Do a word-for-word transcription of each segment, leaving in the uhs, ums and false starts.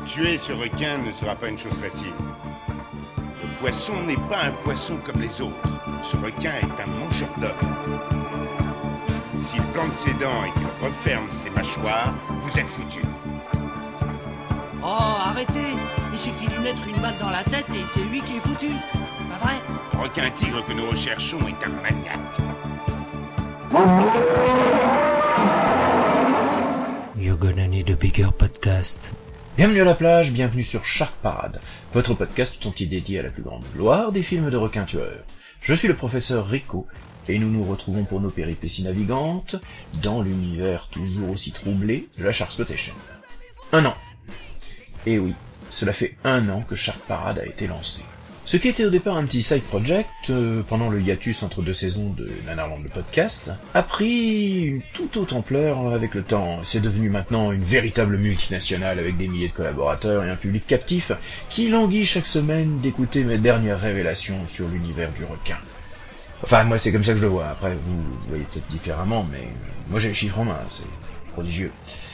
Tuer ce requin ne sera pas une chose facile. Le poisson n'est pas un poisson comme les autres. Ce requin est un mangeur d'hommes. S'il plante ses dents et qu'il referme ses mâchoires, vous êtes foutus. Oh, arrêtez! Il suffit de lui mettre une balle dans la tête et c'est lui qui est foutu. Pas vrai? Le requin-tigre que nous recherchons est un maniaque. You're gonna need a bigger podcast. Bienvenue à la plage, bienvenue sur Shark Parade, votre podcast tout entier dédié à la plus grande gloire des films de requins tueurs. Je suis le professeur Rico, et nous nous retrouvons pour nos péripéties navigantes dans l'univers toujours aussi troublé de la Sharksploitation. Un an. Et oui, cela fait un an que Shark Parade a été lancé. Ce qui était au départ un petit side project, euh, pendant le hiatus entre deux saisons de Nanarland le podcast, a pris une toute autre ampleur avec le temps. C'est devenu maintenant une véritable multinationale avec des milliers de collaborateurs et un public captif qui languit chaque semaine d'écouter mes dernières révélations sur l'univers du requin. Enfin, moi c'est comme ça que je le vois, après vous, vous voyez peut-être différemment, mais moi j'ai les chiffres en main, c'est prodigieux.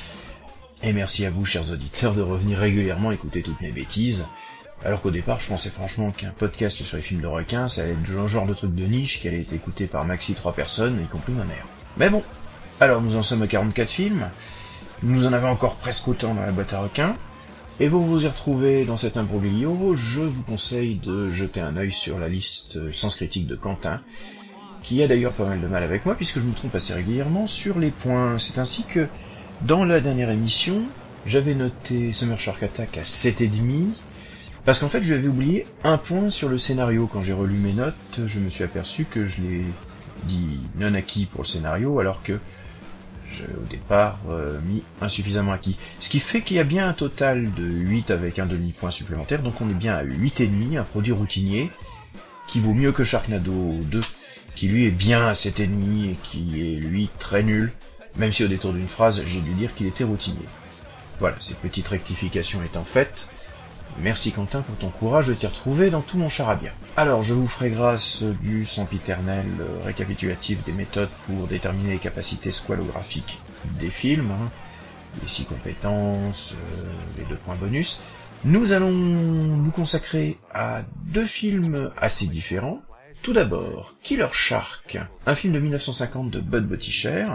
Et merci à vous, chers auditeurs, de revenir régulièrement écouter toutes mes bêtises. Alors qu'au départ, je pensais franchement qu'un podcast sur les films de requins, ça allait être le genre de truc de niche qui allait être écouté par maxi trois personnes, y compris ma mère. Mais bon, alors nous en sommes à quarante-quatre films, nous en avons encore presque autant dans la boîte à requins, et pour vous y retrouver dans cet imbroglio, je vous conseille de jeter un œil sur la liste Sens Critique de Quentin, qui a d'ailleurs pas mal de mal avec moi, puisque je me trompe assez régulièrement sur les points. C'est ainsi que, dans la dernière émission, j'avais noté Summer Shark Attack à sept virgule cinq, parce qu'en fait, je lui avais oublié un point sur le scénario. Quand j'ai relu mes notes, je me suis aperçu que je l'ai dit non acquis pour le scénario, alors que j'ai au départ euh, mis insuffisamment acquis. Ce qui fait qu'il y a bien un total de huit avec un demi-point supplémentaire, donc on est bien à huit virgule cinq, un produit routinier, qui vaut mieux que Sharknado deux, qui lui est bien à sept virgule cinq et qui est lui très nul, même si au détour d'une phrase, j'ai dû dire qu'il était routinier. Voilà, cette petite rectification étant faite, merci Quentin pour ton courage de t'y retrouver dans tout mon charabia. Alors, je vous ferai grâce du sempiternel euh, récapitulatif des méthodes pour déterminer les capacités squalographiques des films, hein, les six compétences, euh, les deux points bonus. Nous allons nous consacrer à deux films assez différents. Tout d'abord, Killer Shark, un film de mille neuf cent cinquante de Bud Botticher,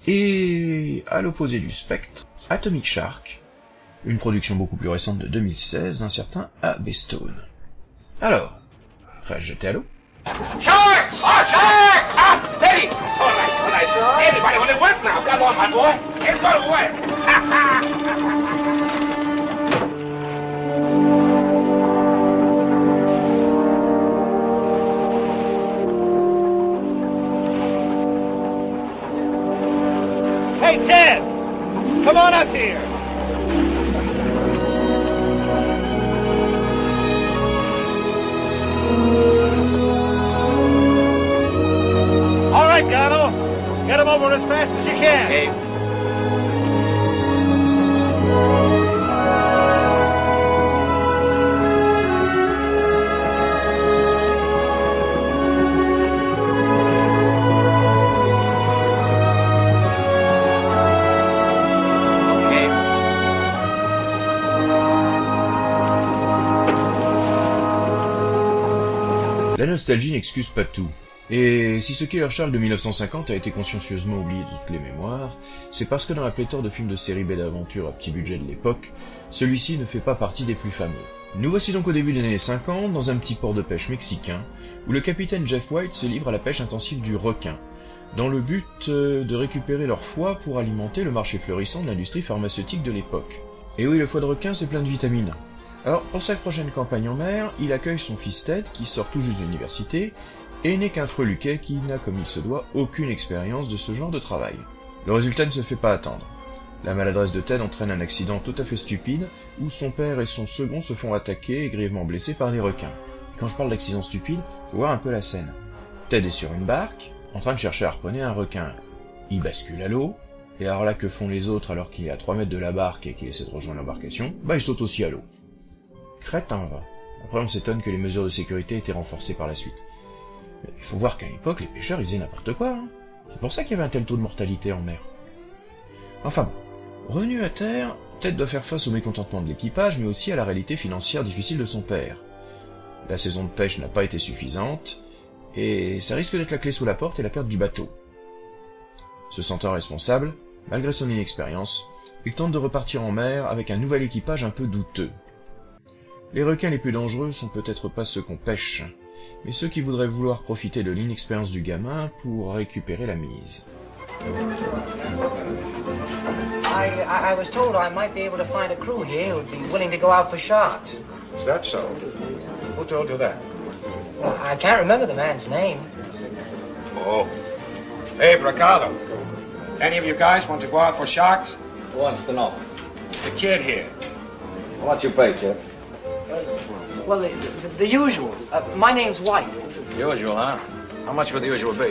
et à l'opposé du spectre, Atomic Shark, une production beaucoup plus récente de deux mille seize d'un certain A B Stone. Alors, prêt à jeter à l'eau? Shark! Oh, shark! Ah, steady! All right, all right. Everybody will work now. Come on, my boy. It's gonna work. Ha, ha. Hey, Ted! Come on up here! All right, Gatto. Get him over as fast as you can. Okay. La nostalgie n'excuse pas tout. Et si ce Killer Shark de mille neuf cent cinquante a été consciencieusement oublié de toutes les mémoires, c'est parce que dans la pléthore de films de série B d'aventure à petit budget de l'époque, celui-ci ne fait pas partie des plus fameux. Nous voici donc au début des années cinquante, dans un petit port de pêche mexicain, où le capitaine Jeff White se livre à la pêche intensive du requin, dans le but de récupérer leur foie pour alimenter le marché fleurissant de l'industrie pharmaceutique de l'époque. Et oui, le foie de requin, c'est plein de vitamines. Alors, pour sa prochaine campagne en mer, il accueille son fils Ted, qui sort tout juste de l'université, et n'est qu'un freluquet qui n'a, comme il se doit, aucune expérience de ce genre de travail. Le résultat ne se fait pas attendre. La maladresse de Ted entraîne un accident tout à fait stupide, où son père et son second se font attaquer et grièvement blessés par des requins. Et quand je parle d'accident stupide, faut voir un peu la scène. Ted est sur une barque, en train de chercher à harponner un requin. Il bascule à l'eau, et alors là, que font les autres alors qu'il est à trois mètres de la barque et qu'il essaie de rejoindre l'embarcation? Bah, il saute aussi à l'eau. Crétin, va. Après, on s'étonne que les mesures de sécurité aient été renforcées par la suite. Mais il faut voir qu'à l'époque, les pêcheurs, ils faisaient n'importe quoi, hein. C'est pour ça qu'il y avait un tel taux de mortalité en mer. Enfin bon. Revenu à terre, Ted doit faire face au mécontentement de l'équipage, mais aussi à la réalité financière difficile de son père. La saison de pêche n'a pas été suffisante, et ça risque d'être la clé sous la porte et la perte du bateau. Se sentant responsable, malgré son inexpérience, il tente de repartir en mer avec un nouvel équipage un peu douteux. Les requins les plus dangereux sont peut-être pas ceux qu'on pêche, mais ceux qui voudraient vouloir profiter de l'inexpérience du gamin pour récupérer la mise. I, I, I was told I might be able to find a crew here who'd be willing to go out for sharks. Is that so? Who told you that? Well, I can't remember the man's name. Oh. Hey, Bracado. Any of you guys want to go out for sharks? Who wants to know? The kid here. What's your pay, kid? Well, the, the, the usual. Uh, my name's White. Usual, huh? How much would the usual be?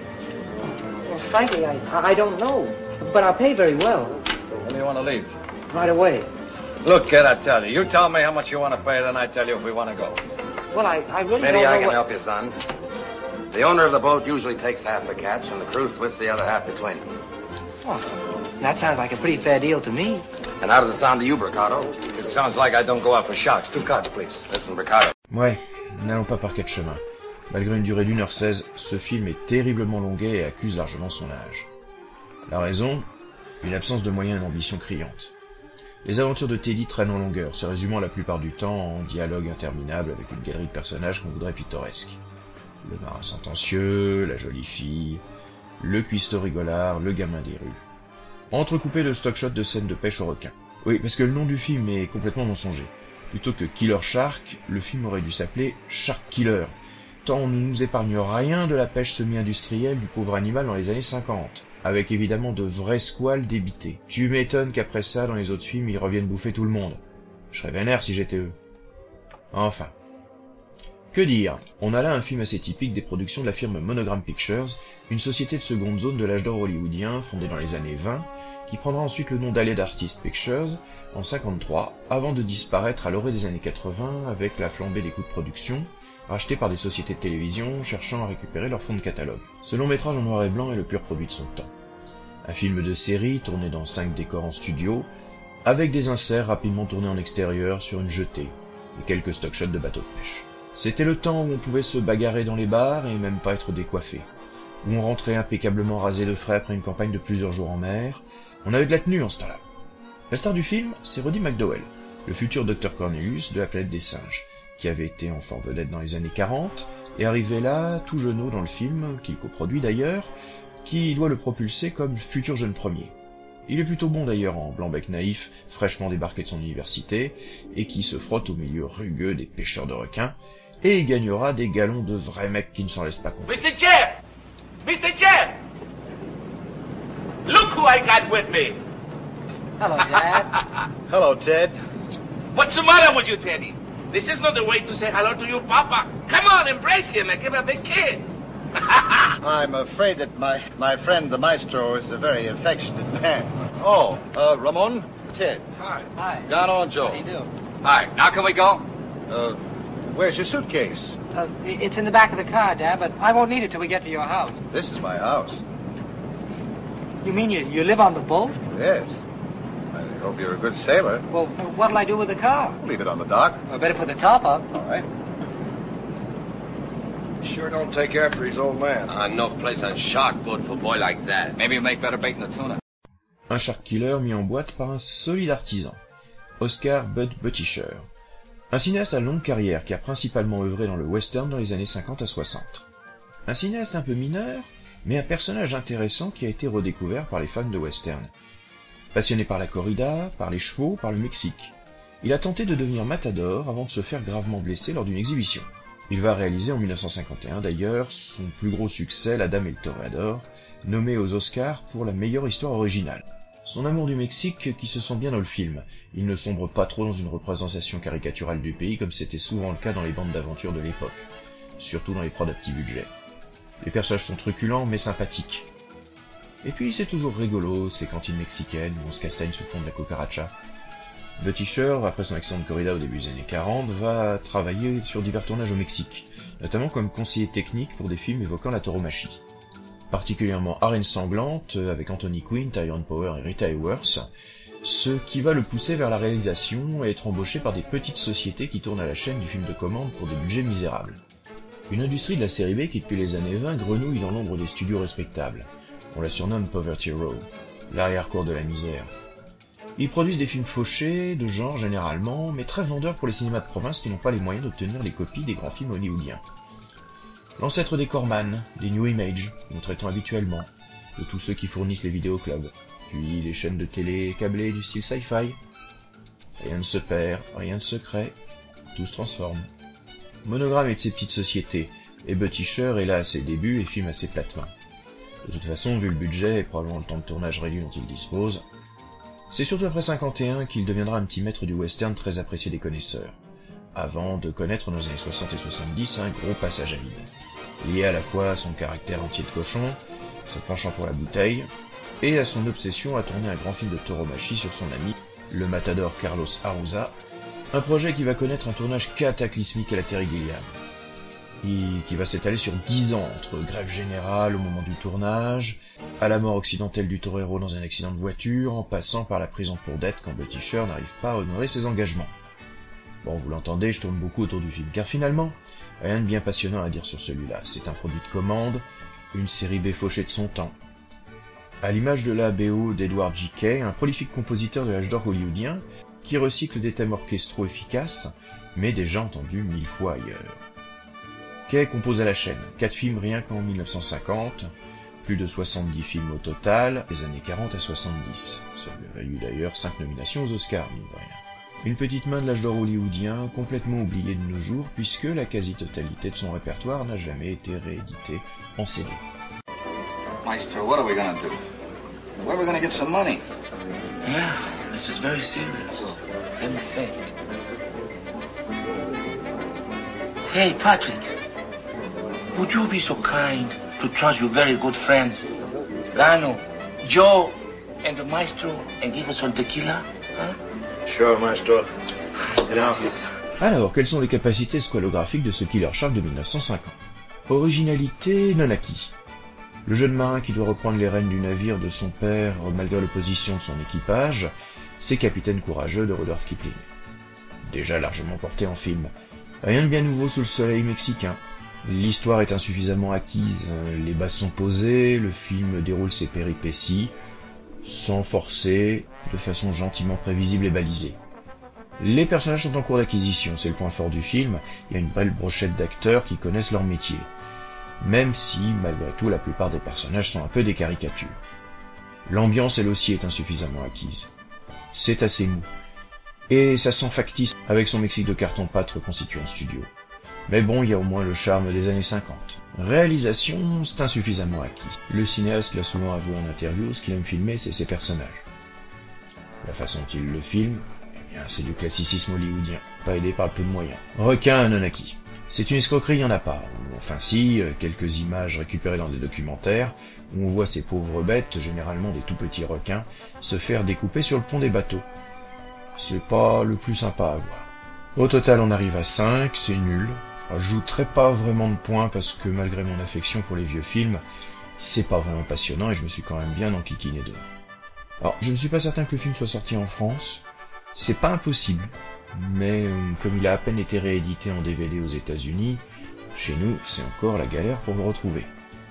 Well, frankly, I, I don't know. But I'll pay very well. When do you want to leave? Right away. Look, kid, I tell you. You tell me how much you want to pay, then I tell you if we want to go. Well, I, I really Maybe don't I know can what... help you, son. The owner of the boat usually takes half the catch, and the crew splits the other half between them. Well, that sounds like a pretty fair deal to me. And how does it sound to you, Bricado? It sounds like I don't go out for sharks. Two cards, please. Listen, Bricado. Ouais, n'allons pas par quatre chemins. Malgré une durée d'une heure seize, ce film est terriblement longuet et accuse largement son âge. La raison ? Une absence de moyens et d'ambition criante. Les aventures de Teddy traînent en longueur, se résumant la plupart du temps en dialogue interminable avec une galerie de personnages qu'on voudrait pittoresques. Le marin sentencieux, la jolie fille, le cuistot rigolard, le gamin des rues. Entrecoupé de stock-shots de scènes de pêche aux requins. Oui, parce que le nom du film est complètement mensonger. Plutôt que Killer Shark, le film aurait dû s'appeler Shark Killer, tant on ne nous épargne rien de la pêche semi-industrielle du pauvre animal dans les années cinquante, avec évidemment de vrais squales débités. Tu m'étonnes qu'après ça, dans les autres films, ils reviennent bouffer tout le monde. Je serais vénère si j'étais eux. Enfin. Que dire? On a là un film assez typique des productions de la firme Monogram Pictures, une société de seconde zone de l'âge d'or hollywoodien, fondée dans les années vingt, qui prendra ensuite le nom d'Allied Artists Pictures en cinquante-trois, avant de disparaître à l'orée des années quatre-vingts avec la flambée des coûts de production, rachetés par des sociétés de télévision cherchant à récupérer leur fonds de catalogue. Ce long métrage en noir et blanc est le pur produit de son temps. Un film de série tourné dans cinq décors en studio, avec des inserts rapidement tournés en extérieur sur une jetée, et quelques stock-shots de bateaux de pêche. C'était le temps où on pouvait se bagarrer dans les bars et même pas être décoiffé, où on rentrait impeccablement rasé de frais après une campagne de plusieurs jours en mer. On avait de la tenue en ce temps-là. La star du film, c'est Roddy McDowell, le futur docteur Cornelius de la planète des singes, qui avait été enfant vedette dans les années quarante, et arrivé là, tout jeuneau dans le film, qu'il coproduit d'ailleurs, qui doit le propulser comme futur jeune premier. Il est plutôt bon d'ailleurs en blanc-bec naïf, fraîchement débarqué de son université, et qui se frotte au milieu rugueux des pêcheurs de requins, et il gagnera des galons de vrais mecs qui ne s'en laissent pas compter. Mister Jeff! Mister Jeff! Look who I got with me! Hello, Dad. Hello, Ted. What's the matter with you, Teddy? This is not the way to say hello to your papa. Come on, embrace him and give him a big kiss. I'm afraid that my, my friend the maestro is a very affectionate man. Oh, uh, Ramon? Ted. Hi. Hi. Got on, Joe. How do you do? Hi. Now can we go? Uh, where's your suitcase? Uh, i- it's in the back of the car, Dad, but I won't need it till we get to your house. This is my house. You mean you, you live on the boat? Yes. I hope you're a good sailor. Well, what'll I do with the car? Leave it on the dock. I better put the top up. All right. Sure don't take after his old man. Uh, no place on shark boat for a boy like that. Maybe you make better bait than the tuna. Un Shark Killer mis en boîte par un solide artisan, Oscar Bud Buttischer. Un cinéaste à longue carrière qui a principalement œuvré dans le western dans les années cinquante à soixante. Un cinéaste un peu mineur, mais un personnage intéressant qui a été redécouvert par les fans de western. Passionné par la corrida, par les chevaux, par le Mexique. Il a tenté de devenir matador avant de se faire gravement blesser lors d'une exhibition. Il va réaliser en mille neuf cent cinquante et un d'ailleurs son plus gros succès, La Dame et le Toréador, nommé aux Oscars pour la meilleure histoire originale. Son amour du Mexique qui se sent bien dans le film. Il ne sombre pas trop dans une représentation caricaturale du pays comme c'était souvent le cas dans les bandes d'aventure de l'époque, surtout dans les prods à petit budget. Les personnages sont truculents mais sympathiques. Et puis c'est toujours rigolo, ces cantines mexicaines où on se castagne sous le fond de la cucaracha. Buttischer, après son accident de corrida au début des années quarante, va travailler sur divers tournages au Mexique, notamment comme conseiller technique pour des films évoquant la tauromachie. Particulièrement Arène sanglante, avec Anthony Quinn, Tyrone Power et Rita Hayworth, ce qui va le pousser vers la réalisation et être embauché par des petites sociétés qui tournent à la chaîne du film de commande pour des budgets misérables. Une industrie de la série B qui depuis les années vingt grenouille dans l'ombre des studios respectables. On la surnomme Poverty Row, l'arrière-cour de la misère. Ils produisent des films fauchés, de genre généralement, mais très vendeurs pour les cinémas de province qui n'ont pas les moyens d'obtenir les copies des grands films hollywoodiens. L'ancêtre des Corman, des New Image, nous traitons habituellement, de tous ceux qui fournissent les vidéoclubs, puis les chaînes de télé câblées du style sci-fi. Rien ne se perd, rien ne se crée, tout se transforme. Monogramme est de ces petites sociétés, et Buttisher est là à ses débuts et filme à ses plates mains. De toute façon, vu le budget et probablement le temps de tournage réduit dont il dispose, c'est surtout après cinquante et un qu'il deviendra un petit maître du western très apprécié des connaisseurs, avant de connaître dans les années soixante et soixante-dix un gros passage à vide, lié à la fois à son caractère entier de cochon, son penchant pour la bouteille, et à son obsession à tourner un grand film de tauromachie sur son ami, le matador Carlos Arousa, un projet qui va connaître un tournage cataclysmique à la Terry Gilliam, et qui va s'étaler sur dix ans, entre grève générale au moment du tournage, à la mort accidentelle du torero dans un accident de voiture, en passant par la prison pour dette quand Buttisher n'arrive pas à honorer ses engagements. Bon, vous l'entendez, je tourne beaucoup autour du film, car finalement, rien de bien passionnant à dire sur celui-là. C'est un produit de commande, une série B fauchée de son temps. À l'image de la B O d'Edward J. Kay, un prolifique compositeur de l'âge d'or hollywoodien, qui recycle des thèmes orchestraux efficaces, mais déjà entendus mille fois ailleurs. Kay compose à la chaîne, quatre films rien qu'en mille neuf cent cinquante, plus de soixante-dix films au total, des années quarante à soixante-dix. Ça lui a valu d'ailleurs cinq nominations aux Oscars, mine de rien. Une petite main de l'âge d'or hollywoodien, complètement oubliée de nos jours, puisque la quasi-totalité de son répertoire n'a jamais été rééditée en C D. Maestro, what are we gonna do? Where are we gonna get some money? Yeah, this is very serious. Let me think. Hey, Patrick. Would you be so kind to trust your very good friends, Gano, Joe, and the Maestro, and give us some tequila? Huh? Sure, Maestro. Get out. Alors, quelles sont les capacités squalographiques de ce Killer Shark de mille neuf cent cinquante? Originalité non acquis. Le jeune marin qui doit reprendre les rênes du navire de son père malgré l'opposition de son équipage, c'est Capitaine Courageux de Rudyard Kipling. Déjà largement porté en film. Rien de bien nouveau sous le soleil mexicain. L'histoire est insuffisamment acquise, les bases sont posées, le film déroule ses péripéties, sans forcer, de façon gentiment prévisible et balisée. Les personnages sont en cours d'acquisition, c'est le point fort du film, il y a une belle brochette d'acteurs qui connaissent leur métier. Même si, malgré tout, la plupart des personnages sont un peu des caricatures. L'ambiance, elle aussi, est insuffisamment acquise. C'est assez mou. Et ça sent factice avec son Mexique de carton-pâte reconstitué en studio. Mais bon, il y a au moins le charme des années cinquante. Réalisation, c'est insuffisamment acquis. Le cinéaste l'a souvent avoué en interview, ce qu'il aime filmer, c'est ses personnages. La façon dont il le filme, eh bien, c'est du classicisme hollywoodien, pas aidé par le peu de moyens. Requin non acquis. C'est une escroquerie, il n'y en a pas. Enfin si, quelques images récupérées dans des documentaires, où on voit ces pauvres bêtes, généralement des tout petits requins, se faire découper sur le pont des bateaux. C'est pas le plus sympa à voir. Au total, on arrive à cinq, c'est nul. Je rajouterai pas vraiment de points parce que malgré mon affection pour les vieux films, c'est pas vraiment passionnant et je me suis quand même bien enquiquiné dedans. Alors, je ne suis pas certain que le film soit sorti en France. C'est pas impossible. Mais euh, comme il a à peine été réédité en D V D aux États-Unis, chez nous, c'est encore la galère pour le retrouver.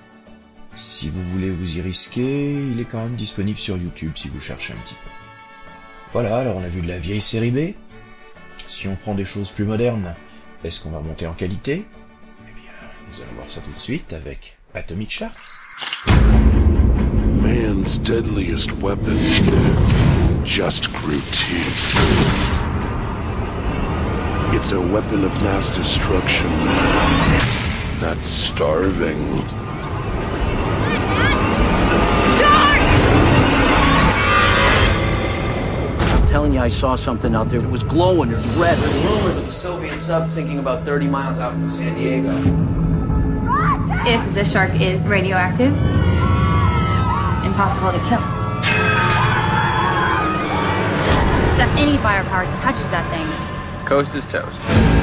Si vous voulez vous y risquer, il est quand même disponible sur YouTube si vous cherchez un petit peu. Voilà, alors on a vu de la vieille série B. Si on prend des choses plus modernes, est-ce qu'on va monter en qualité? Eh bien, nous allons voir ça tout de suite avec Atomic Shark. Man's deadliest weapon just grew teeth. It's a weapon of mass destruction that's starving. I'm telling you, I saw something out there. It was glowing. It was red. There's rumors of a Soviet sub sinking about thirty miles out from San Diego. If the shark is radioactive, impossible to kill. So any firepower touches that thing. Coast is toast.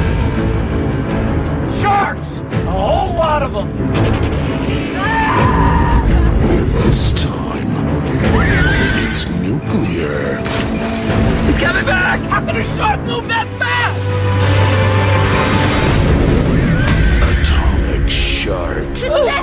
Sharks! A whole lot of them! This time, It's nuclear. He's coming back! How can a shark move that fast? Atomic Shark.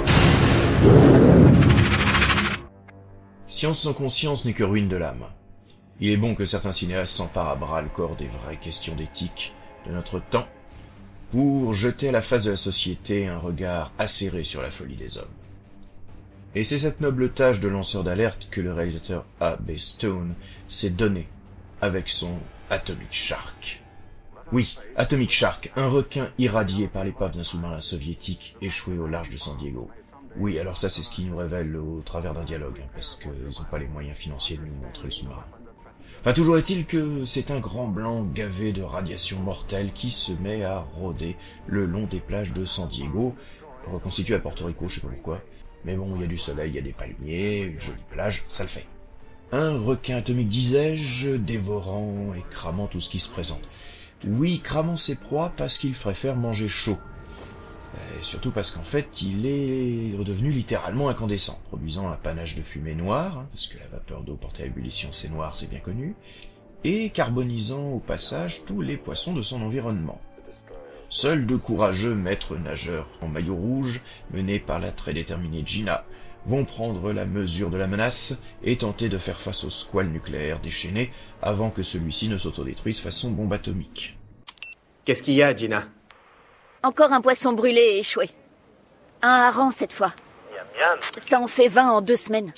Science sans conscience n'est que ruine de l'âme. Il est bon que certains cinéastes s'emparent à bras le corps des vraies questions d'éthique de notre temps pour jeter à la face de la société un regard acéré sur la folie des hommes. Et c'est cette noble tâche de lanceur d'alerte que le réalisateur A B Stone s'est donné avec son Atomic Shark. Oui, Atomic Shark, un requin irradié par l'épave d'un sous-marin soviétique échoué au large de San Diego. Oui, alors ça c'est ce qu'ils nous révèlent au travers d'un dialogue, hein, parce qu'ils n'ont pas les moyens financiers de nous montrer le sous-marin. Enfin, toujours est-il que c'est un grand blanc gavé de radiation mortelle qui se met à rôder le long des plages de San Diego, reconstitué à Porto Rico, je sais pas pourquoi. Mais bon, il y a du soleil, il y a des palmiers, une jolie plage, ça le fait. Un requin atomique, disais-je, dévorant et cramant tout ce qui se présente. Oui, cramant ses proies parce qu'il préfère manger chaud. Et surtout parce qu'en fait, il est redevenu littéralement incandescent, produisant un panache de fumée noire, hein, parce que la vapeur d'eau portée à ébullition c'est noir, c'est bien connu, et carbonisant au passage tous les poissons de son environnement. Seuls deux courageux maîtres nageurs en maillot rouge, menés par la très déterminée Gina, vont prendre la mesure de la menace et tenter de faire face au squale nucléaire déchaîné avant que celui-ci ne s'autodétruise façon bombe atomique. Qu'est-ce qu'il y a, Gina? Encore un poisson brûlé et échoué. Un hareng cette fois. Miam miam. Ça en fait vingt en deux semaines.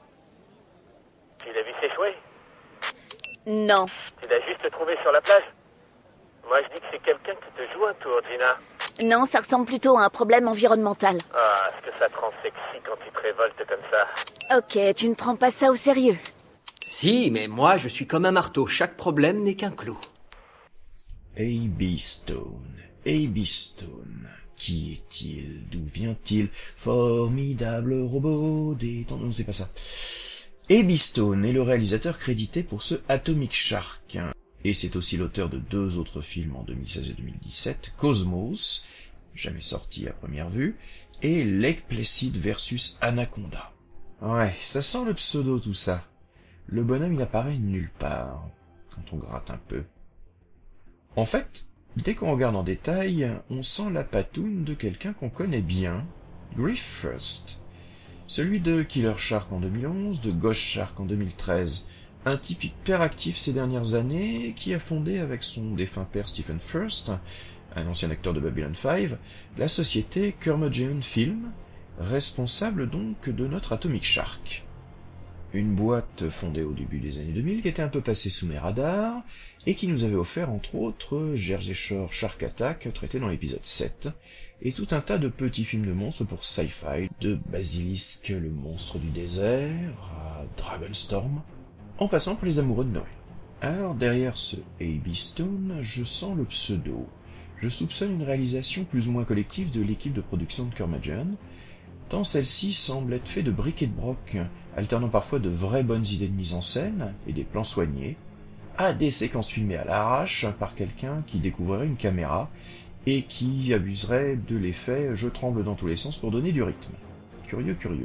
Tu l'as vu s'échouer? Non. Tu l'as juste trouvé sur la plage? Moi je dis que c'est quelqu'un qui te joue un tour, Gina. Non, ça ressemble plutôt à un problème environnemental. Ah, est-ce que ça te rend sexy quand tu te révoltes comme ça? Ok, tu ne prends pas ça au sérieux. Si, mais moi je suis comme un marteau, chaque problème n'est qu'un clou. A B Stone. A B Stone. Qui est-il? D'où vient-il? Formidable robot des temps... Non, c'est pas ça. A B Stone est le réalisateur crédité pour ce Atomic Shark. Et c'est aussi l'auteur de deux autres films en deux mille seize et deux mille dix-sept, Cosmos, jamais sorti à première vue, et Lake Placid versus Anaconda. Ouais, ça sent le pseudo tout ça. Le bonhomme il apparaît nulle part, quand on gratte un peu. En fait, dès qu'on regarde en détail, on sent la patoune de quelqu'un qu'on connaît bien, Griff First. Celui de Killer Shark en deux mille onze, de Ghost Shark en deux mille treize, un type hyper actif ces dernières années, qui a fondé avec son défunt père Stephen First, un ancien acteur de Babylon five, la société Curmudgeon Film, responsable donc de notre Atomic Shark. Une boîte fondée au début des années deux mille qui était un peu passée sous mes radars, et qui nous avait offert entre autres Jersey Shore Shark Attack, traité dans l'épisode sept, et tout un tas de petits films de monstres pour Sci-Fi, de Basilisque, le monstre du désert, à Dragonstorm, en passant pour les amoureux de Noël. Alors derrière ce A B Stone, je sens le pseudo. Je soupçonne une réalisation plus ou moins collective de l'équipe de production de Curmudgeon, tant celle-ci semble être faite de briques et de broc, alternant parfois de vraies bonnes idées de mise en scène et des plans soignés, à des séquences filmées à l'arrache par quelqu'un qui découvrirait une caméra et qui abuserait de l'effet « je tremble dans tous les sens » pour donner du rythme. Curieux, curieux.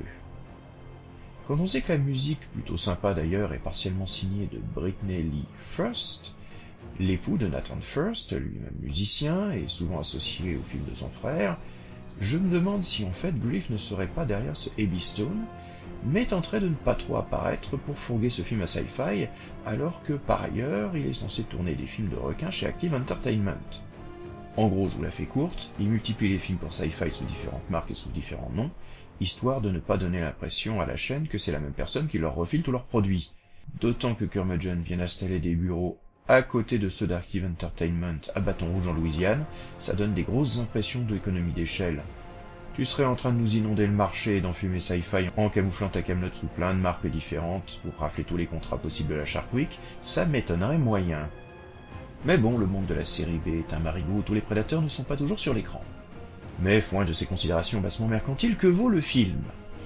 Quand on sait que la musique, plutôt sympa d'ailleurs, est partiellement signée de Brittany Lee First, l'époux de Nathan First, lui-même musicien et souvent associé au film de son frère, je me demande si en fait Griff ne serait pas derrière ce A B Stone, mais tenterait de ne pas trop apparaître pour fourguer ce film à Sci-Fi, alors que par ailleurs il est censé tourner des films de requins chez Active Entertainment. En gros, je vous la fais courte, il multiplie les films pour Sci-Fi sous différentes marques et sous différents noms, histoire de ne pas donner l'impression à la chaîne que c'est la même personne qui leur refile tous leurs produits. D'autant que Curmudgeon vient d'installer des bureaux à côté de ceux d'Active Entertainment à Bâton Rouge en Louisiane, ça donne des grosses impressions d'économie d'échelle. Tu serais en train de nous inonder le marché et d'enfumer Sci-Fi en camouflant ta Camelot sous plein de marques différentes pour rafler tous les contrats possibles de la Shark Week, ça m'étonnerait moyen. Mais bon, le monde de la série B est un marigot où tous les prédateurs ne sont pas toujours sur l'écran. Mais foin de ces considérations bassement mercantiles, que vaut le film?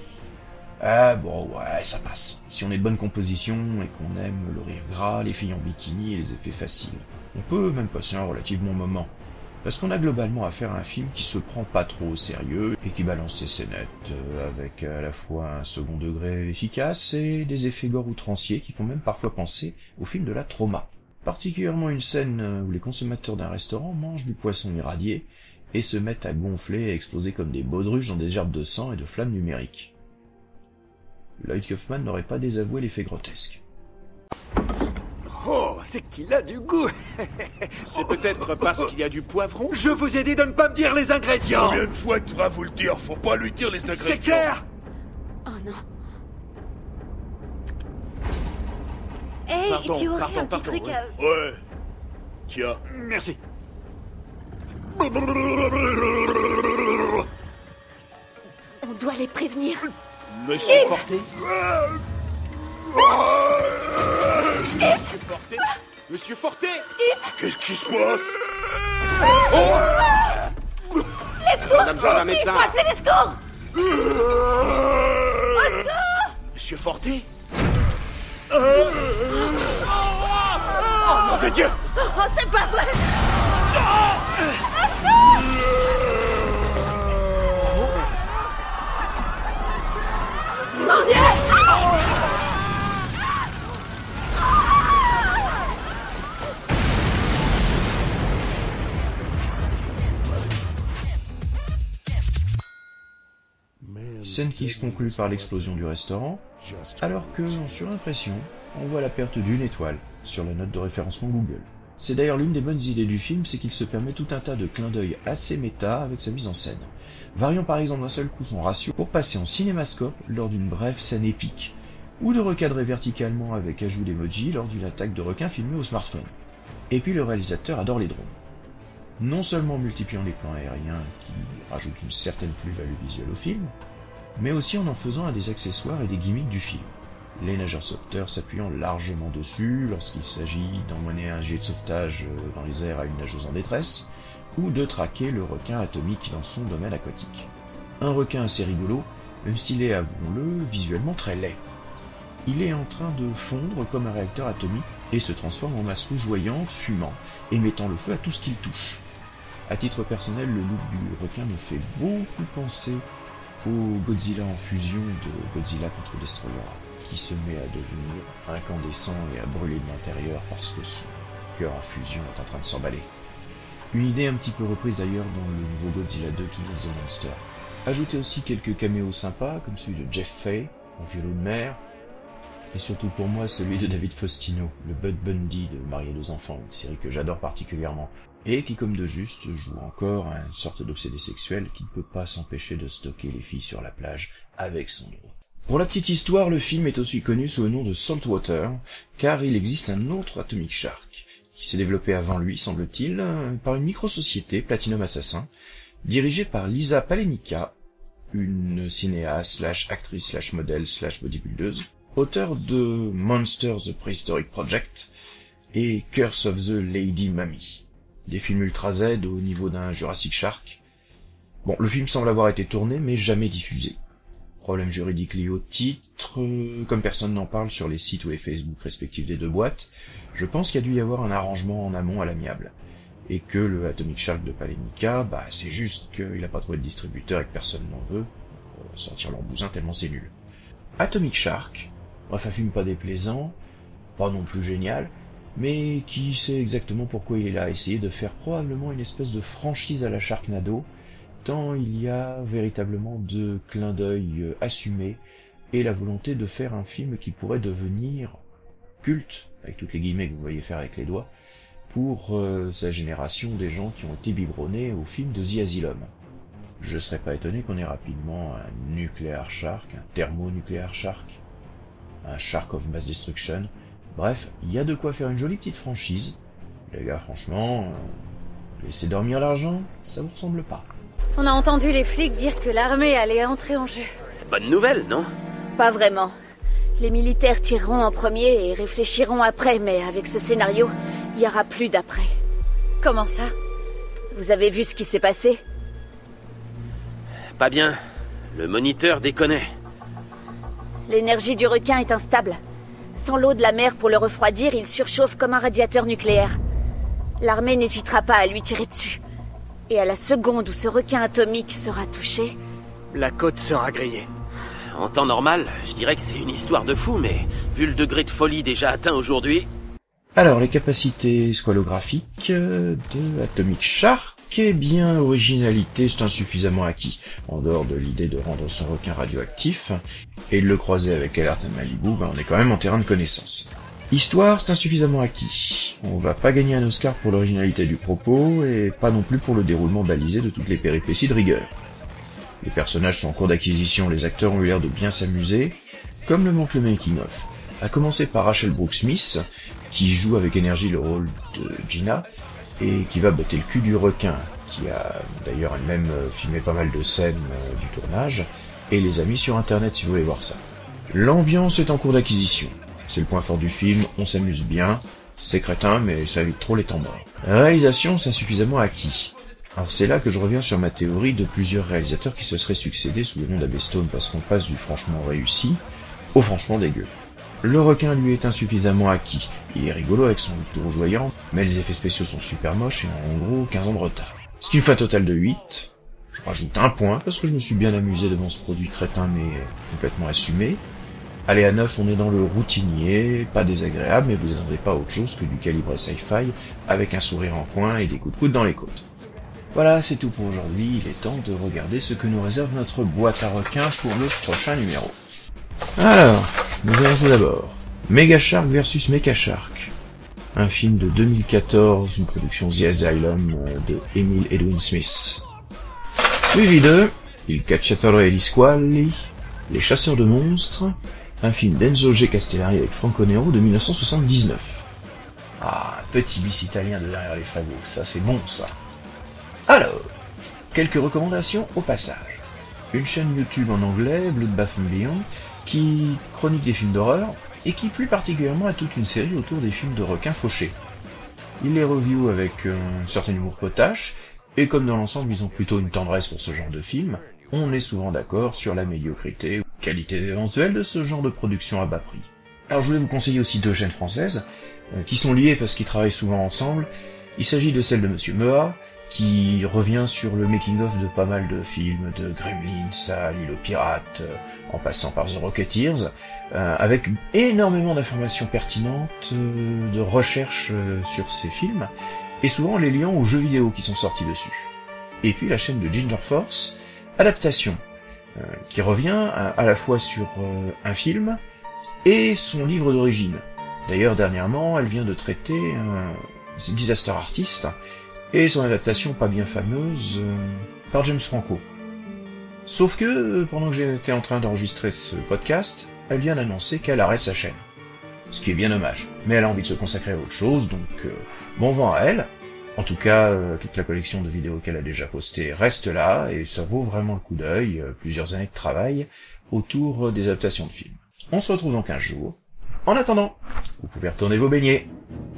Ah bon, ouais, ça passe. Si on est de bonne composition et qu'on aime le rire gras, les filles en bikini et les effets faciles, on peut même passer un relativement bon moment. Parce qu'on a globalement affaire à un film qui se prend pas trop au sérieux et qui balance ses scénettes euh, avec à la fois un second degré efficace et des effets gore outranciers qui font même parfois penser au film de la Trauma. Particulièrement une scène où les consommateurs d'un restaurant mangent du poisson irradié et se mettent à gonfler et à exploser comme des baudruches dans des gerbes de sang et de flammes numériques. Lloyd Kaufman n'aurait pas désavoué l'effet grotesque. Oh, c'est qu'il a du goût. C'est peut-être parce qu'il y a du poivron. Je vous ai dit de ne pas me dire les ingrédients. Combien de fois tu vas vous le dire? Faut pas lui dire les ingrédients. C'est clair. Oh non. Hey, Pardon, tu aurais pardon, un petit pardon, truc ouais. à... Ouais. Tiens. Merci. On doit les prévenir. Monsieur Steve Forté. Monsieur Forté. Monsieur Forté. Qu'est-ce qui se passe? Les secours! On a besoin d'un Il médecin. faut appeler les secours! Au secours! Monsieur Forté. Oh nom de Dieu! Oh, c'est pas vrai! Mon Dieu! Scène qui se conclut par l'explosion du restaurant, alors que, en surimpression, on voit la perte d'une étoile sur la note de référencement Google. C'est d'ailleurs l'une des bonnes idées du film, c'est qu'il se permet tout un tas de clins d'œil assez méta avec sa mise en scène, variant par exemple d'un seul coup son ratio pour passer en cinémascope lors d'une brève scène épique, ou de recadrer verticalement avec ajout d'emoji lors d'une attaque de requin filmée au smartphone. Et puis le réalisateur adore les drones. Non seulement en multipliant les plans aériens qui rajoutent une certaine plus-value visuelle au film, mais aussi en en faisant un des accessoires et des gimmicks du film. Les nageurs sauveteurs s'appuyant largement dessus lorsqu'il s'agit d'emmener un jet de sauvetage dans les airs à une nageuse en détresse, ou de traquer le requin atomique dans son domaine aquatique. Un requin assez rigolo, même s'il est, avouons-le, visuellement très laid. Il est en train de fondre comme un réacteur atomique et se transforme en masse rougeoyante, fumant, et mettant le feu à tout ce qu'il touche. À titre personnel, le look du requin me fait beaucoup penser au Godzilla en fusion de Godzilla contre Destroyera, qui se met à devenir incandescent et à brûler de l'intérieur parce que son cœur en fusion est en train de s'emballer. Une idée un petit peu reprise d'ailleurs dans le nouveau Godzilla deux King of the Monsters. Ajoutez aussi quelques caméos sympas, comme celui de Jeff Fay, en violon de mer, et surtout pour moi celui de David Faustino, le Bud Bundy de Marier deux enfants, une série que j'adore particulièrement, et qui comme de juste joue encore à une sorte d'obsédé sexuel qui ne peut pas s'empêcher de stocker les filles sur la plage avec son dos. Pour la petite histoire, le film est aussi connu sous le nom de Saltwater, car il existe un autre Atomic Shark, qui s'est développé avant lui, semble-t-il, par une micro-société, Platinum Assassin, dirigée par Lisa Palenica, une cinéaste slash actrice slash modèle slash bodybuildeuse, auteur de Monsters the Prehistoric Project et Curse of the Lady Mummy, des films Ultra Z au niveau d'un Jurassic Shark. Bon, le film semble avoir été tourné, mais jamais diffusé. Problème juridique lié au titre, euh, comme personne n'en parle sur les sites ou les Facebook respectifs des deux boîtes, je pense qu'il y a dû y avoir un arrangement en amont à l'amiable. Et que le Atomic Shark de Palenica, bah c'est juste qu'il a pas trouvé de distributeur et que personne n'en veut, euh, sortir leur bousin tellement c'est nul. Atomic Shark, bref un film pas déplaisant, pas non plus génial, mais qui sait exactement pourquoi il est là, essayer de faire probablement une espèce de franchise à la Sharknado, tant il y a véritablement de clins d'œil assumés et la volonté de faire un film qui pourrait devenir culte, avec toutes les guillemets que vous voyez faire avec les doigts, pour euh, sa génération des gens qui ont été biberonnés au film de The Asylum. Je serais pas étonné qu'on ait rapidement un Nuclear Shark, un Thermonuclear Shark, un Shark of Mass Destruction. Bref, il y a de quoi faire une jolie petite franchise. Les gars, franchement, euh, laissez dormir l'argent, ça vous ressemble pas. On a entendu les flics dire que l'armée allait entrer en jeu. Bonne nouvelle, non? Pas vraiment. Les militaires tireront en premier et réfléchiront après, mais avec ce scénario, il y aura plus d'après. Comment ça? Vous avez vu ce qui s'est passé? Pas bien. Le moniteur déconnait. L'énergie du requin est instable. Sans l'eau de la mer pour le refroidir, il surchauffe comme un radiateur nucléaire. L'armée n'hésitera pas à lui tirer dessus. Et à la seconde où ce requin atomique sera touché... La côte sera grillée. En temps normal, je dirais que c'est une histoire de fou, mais vu le degré de folie déjà atteint aujourd'hui... Alors, les capacités squalographiques de Atomic Shark, eh bien, originalité, c'est insuffisamment acquis, en dehors de l'idée de rendre son requin radioactif, et de le croiser avec Alerte à Malibu, ben, on est quand même en terrain de connaissance. Histoire, c'est insuffisamment acquis. On va pas gagner un Oscar pour l'originalité du propos, et pas non plus pour le déroulement balisé de toutes les péripéties de rigueur. Les personnages sont en cours d'acquisition, les acteurs ont eu l'air de bien s'amuser, comme le montre le making-of. À commencer par Rachel Brooks Smith, qui joue avec énergie le rôle de Gina, et qui va botter le cul du requin, qui a d'ailleurs elle-même filmé pas mal de scènes du tournage, et les a mis sur internet si vous voulez voir ça. L'ambiance est en cours d'acquisition. C'est le point fort du film, on s'amuse bien, c'est crétin, mais ça évite trop les temps morts. La réalisation, c'est insuffisamment acquis. Alors c'est là que je reviens sur ma théorie de plusieurs réalisateurs qui se seraient succédés sous le nom d'Abestone, parce qu'on passe du franchement réussi au franchement dégueu. Le requin, lui, est insuffisamment acquis. Il est rigolo avec son look tournoyant, mais les effets spéciaux sont super moches et ont en gros quinze ans de retard. Ce qui me fait un total de huit. Je rajoute un point, parce que je me suis bien amusé devant ce produit crétin, mais complètement assumé. Allez, à neuf, on est dans le routinier, pas désagréable, mais vous attendez pas autre chose que du calibre sci-fi, avec un sourire en coin et des coups de coude dans les côtes. Voilà, c'est tout pour aujourd'hui, il est temps de regarder ce que nous réserve notre boîte à requins pour le prochain numéro. Alors, nous allons tout d'abord Mega Shark versus Mecha Shark, un film de deux mille quatorze, une production The Asylum de Emil Edwin Smith. Suivi de Il Cacciatore degli Squali, Les Chasseurs de Monstres, un film d'Enzo G. Castellari avec Franco Nero de mille neuf cent soixante-dix-neuf. Ah, un petit bis italien de derrière les fagots, ça c'est bon ça. Alors, quelques recommandations au passage. Une chaîne YouTube en anglais, Bloodbath and Beyond, qui chronique des films d'horreur, et qui plus particulièrement a toute une série autour des films de requins fauchés. Il les review avec un certain humour potache, et comme dans l'ensemble ils ont plutôt une tendresse pour ce genre de film, on est souvent d'accord sur la médiocrité ou qualité éventuelle de ce genre de production à bas prix. Alors je voulais vous conseiller aussi deux chaînes françaises, euh, qui sont liées parce qu'ils travaillent souvent ensemble. Il s'agit de celle de Monsieur Mea, qui revient sur le making-of de pas mal de films, de Gremlins à L'île aux pirates, euh, en passant par The Rocketeers, euh, avec énormément d'informations pertinentes, euh, de recherches euh, sur ces films, et souvent les liant aux jeux vidéo qui sont sortis dessus. Et puis la chaîne de Ginger Force, Adaptation, euh, qui revient à, à la fois sur euh, un film et son livre d'origine. D'ailleurs, dernièrement, elle vient de traiter un Disaster Artist, et son adaptation pas bien fameuse euh, par James Franco. Sauf que, pendant que j'étais en train d'enregistrer ce podcast, elle vient d'annoncer qu'elle arrête sa chaîne. Ce qui est bien dommage. Mais elle a envie de se consacrer à autre chose, donc euh, bon vent à elle. En tout cas, euh, toute la collection de vidéos qu'elle a déjà postées reste là, et ça vaut vraiment le coup d'œil, euh, plusieurs années de travail autour euh, des adaptations de films. On se retrouve dans quinze jours. En attendant, vous pouvez retourner vos beignets.